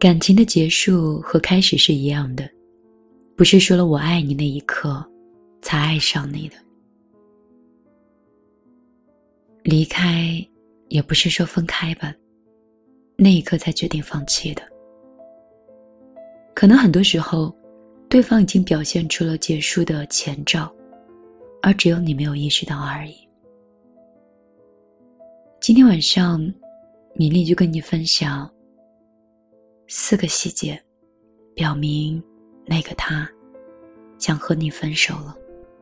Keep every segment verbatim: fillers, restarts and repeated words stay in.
感情的结束和开始是一样的，不是说了我爱你那一刻才爱上你的。离开也不是说分开吧，那一刻才决定放弃的。可能很多时候对方已经表现出了结束的前兆，而只有你没有意识到而已。今天晚上米粒就跟你分享四个细节，表明那个他想和你分手了。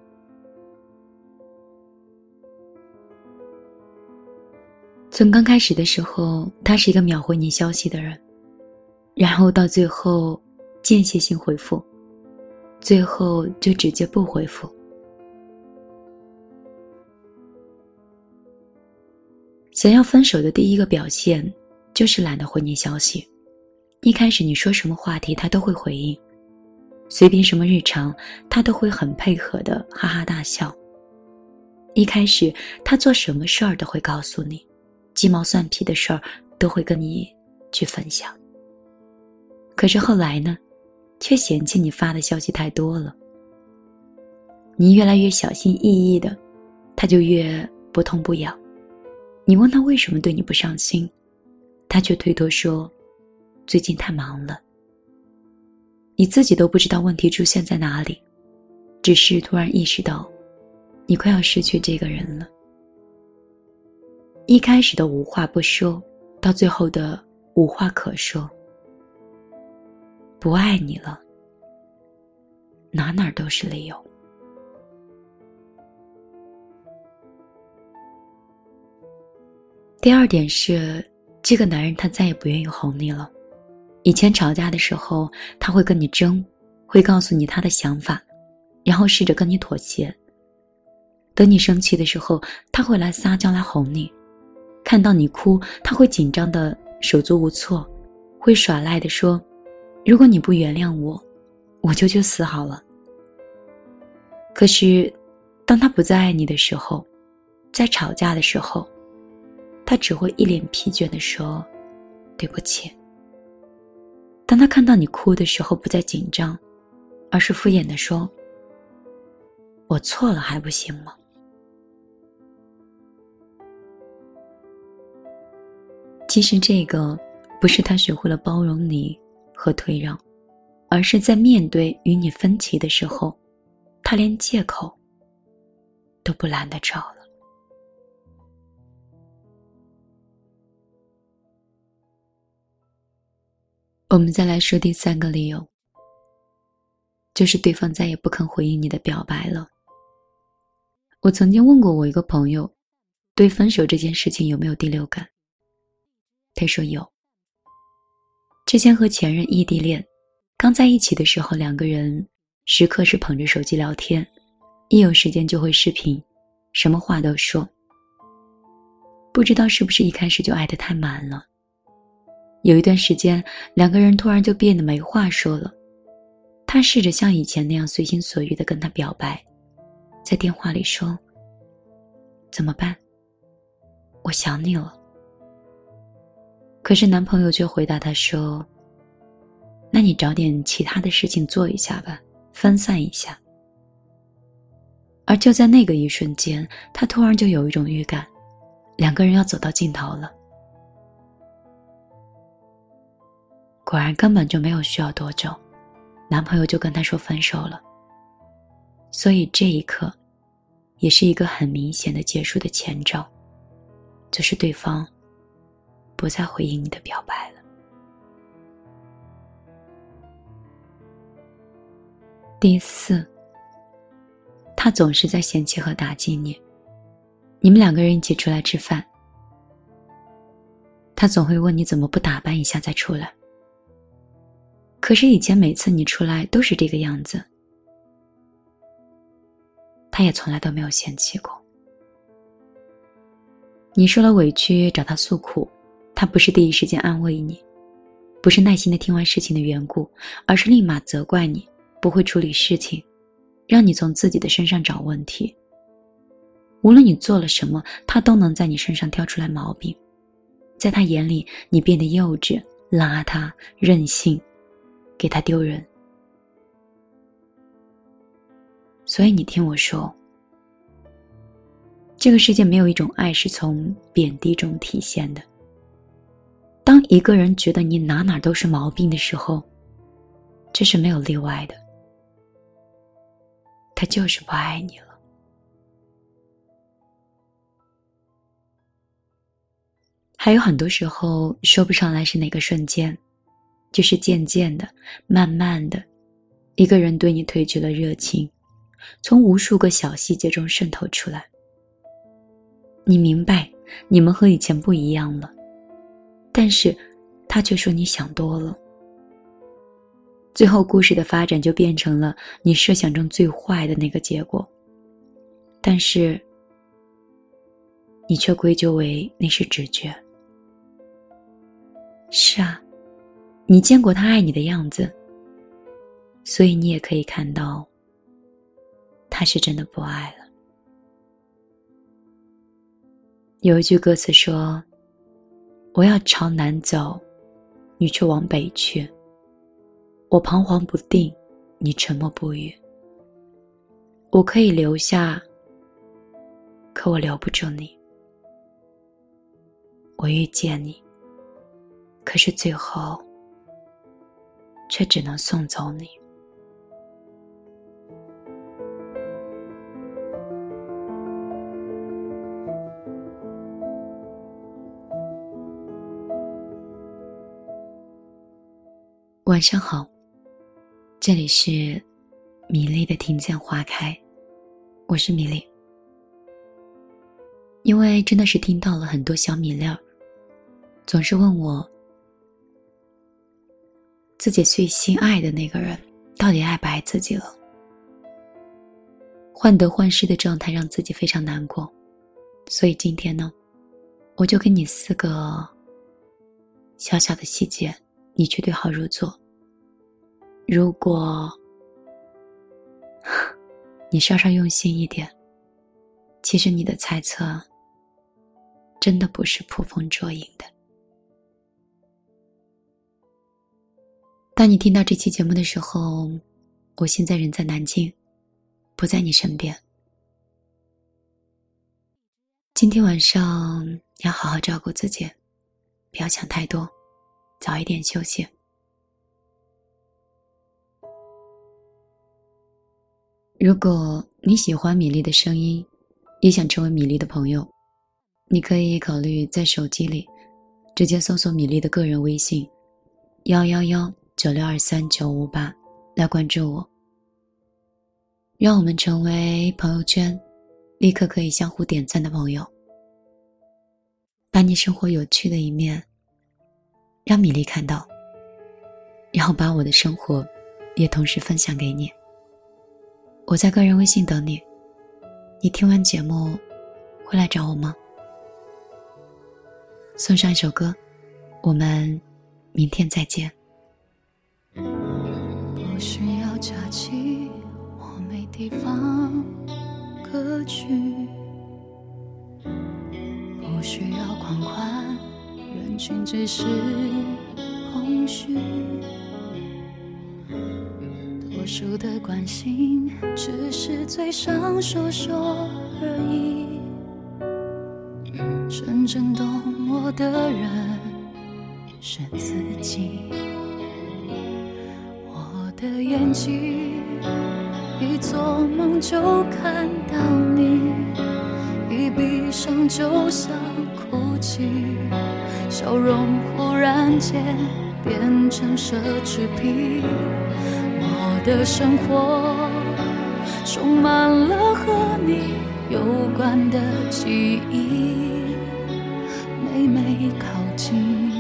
从刚开始的时候，他是一个秒回你消息的人，然后到最后间歇性回复，最后就直接不回复。想要分手的第一个表现就是懒得回你消息。一开始你说什么话题他都会回应，随便什么日常他都会很配合的哈哈大笑。一开始他做什么事儿都会告诉你，鸡毛蒜皮的事儿都会跟你去分享。可是后来呢，却嫌弃你发的消息太多了。你越来越小心翼翼的，他就越不痛不痒。你问他为什么对你不上心，他却推脱说最近太忙了。你自己都不知道问题出现在哪里，只是突然意识到你快要失去这个人了。一开始的无话不说，到最后的无话可说。不爱你了，哪哪都是理由。第二点是，这个男人他再也不愿意哄你了。以前吵架的时候，他会跟你争，会告诉你他的想法，然后试着跟你妥协。等你生气的时候，他会来撒娇来哄你。看到你哭，他会紧张的手足无措，会耍赖的说，如果你不原谅我，我就去死好了。可是当他不再爱你的时候，在吵架的时候，他只会一脸疲倦地说对不起。当他看到你哭的时候，不再紧张，而是敷衍地说，我错了还不行吗？其实这个不是他学会了包容你和退让，而是在面对与你分歧的时候，他连借口都不懒得找了。我们再来说第三个理由，就是对方再也不肯回应你的表白了。我曾经问过我一个朋友，对分手这件事情有没有第六感？他说有。之前和前任异地恋，刚在一起的时候，两个人时刻是捧着手机聊天，一有时间就会视频，什么话都说。不知道是不是一开始就爱得太满了，有一段时间两个人突然就变得没话说了。他试着像以前那样随心所欲地跟他表白，在电话里说，怎么办？我想你了。可是男朋友却回答他说，那你找点其他的事情做一下吧，分散一下。而就在那个一瞬间，他突然就有一种预感，两个人要走到尽头了。果然根本就没有需要多久，男朋友就跟他说分手了。所以这一刻也是一个很明显的结束的前兆，就是对方不再回应你的表白了。第四，他总是在嫌弃和打击你。你们两个人一起出来吃饭，他总会问你怎么不打扮一下再出来。可是以前每次你出来都是这个样子，他也从来都没有嫌弃过。你受了委屈找他诉苦，他不是第一时间安慰你，不是耐心的听完事情的缘故，而是立马责怪你不会处理事情，让你从自己的身上找问题。无论你做了什么，他都能在你身上挑出来毛病。在他眼里，你变得幼稚、 邋遢、任性，给他丢人。所以你听我说，这个世界没有一种爱是从贬低中体现的。当一个人觉得你哪哪都是毛病的时候，这是没有例外的，他就是不爱你了。还有很多时候说不上来是哪个瞬间，就是渐渐的、慢慢的，一个人对你褪去了热情，从无数个小细节中渗透出来。你明白你们和以前不一样了，但是他却说你想多了。最后故事的发展就变成了你设想中最坏的那个结果，但是你却归咎为那是直觉。是啊，你见过他爱你的样子，所以你也可以看到他是真的不爱了。有一句歌词说，我要朝南走，你却往北去，我彷徨不定，你沉默不语。我可以留下，可我留不住你。我遇见你，可是最后却只能送走你。晚上好，这里是米粒的听见花开，我是米粒。因为真的是听到了很多小米粒儿，总是问我自己最心爱的那个人到底爱不爱自己了。患得患失的状态让自己非常难过，所以今天呢，我就给你四个小小的细节，你去对号入座。如果你稍稍用心一点，其实你的猜测真的不是捕风捉影的。当你听到这期节目的时候，我现在人在南京，不在你身边。今天晚上要好好照顾自己，不要想太多，早一点休息。如果你喜欢米粒的声音，也想成为米粒的朋友，你可以考虑在手机里直接搜索米粒的个人微信幺幺幺九六二三九五八来关注我，让我们成为朋友圈立刻可以相互点赞的朋友，把你生活有趣的一面让米粒看到，然后把我的生活也同时分享给你。我在个人微信等你，你听完节目会来找我吗？送上一首歌，我们明天再见。 不需要假期，我没地方可去，不需要狂欢，人群只是空虚，多数的关心只是嘴上说说而已，真正懂我的人是自己。我的眼睛一做梦就看到你，一闭上就想哭泣，笑容忽然间变成奢侈品。我的生活充满了和你有关的记忆，每每靠近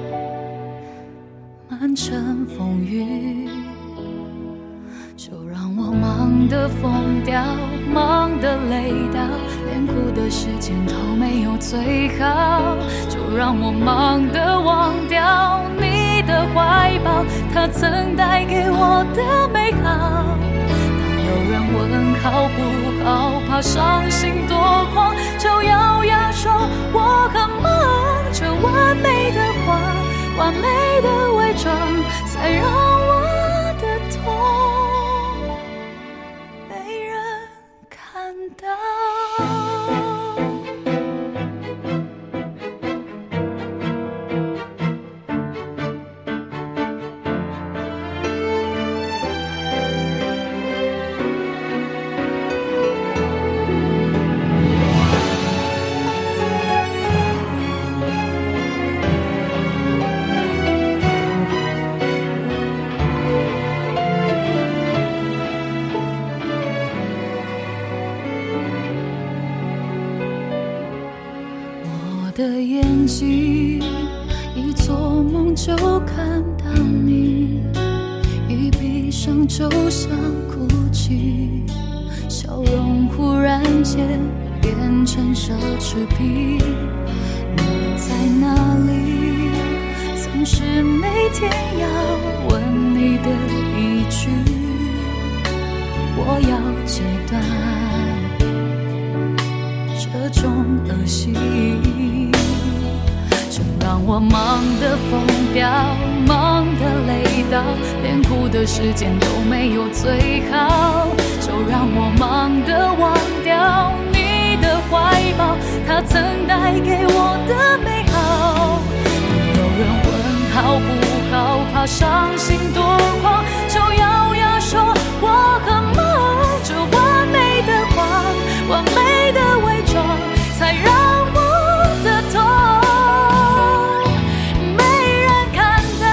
满城风雨，就让我忙得疯掉，忙得累到连哭的时间都没有最好，就让我忙得忘掉你的怀抱，它曾带给我的美好。当有人问好不好，怕伤心多狂，就咬牙说我很忙，这完美的话，完美的才让我的痛没人看到。我的眼睛一做梦就看到你，一闭上就想哭泣，笑容忽然间变成奢侈品。你在哪里？总是每天要问你的一句，我要戒断这种恶习，就让我忙得疯掉，忙得累到连哭的时间都没有最好，就让我忙得忘掉你的怀抱，它曾带给我的美好。有人问好不好，怕伤心多狂，就咬牙说我很忙，这完美的谎，完美的伪装，才让我的痛没人看到。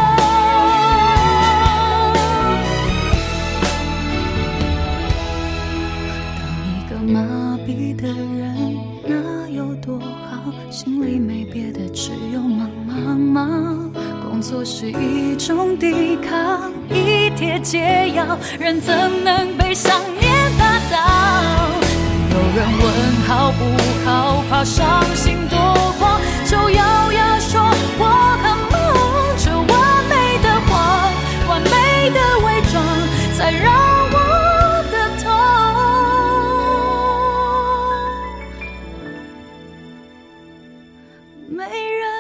当一个麻痹的人，那有多好？心里没别的，只有忙忙忙。工作是一种抵抗，一帖解药，人怎能被想念打倒？有人问好不好，怕伤心多狂，就咬牙说我很忙，这完美的谎，完美的伪装，才让我的痛没人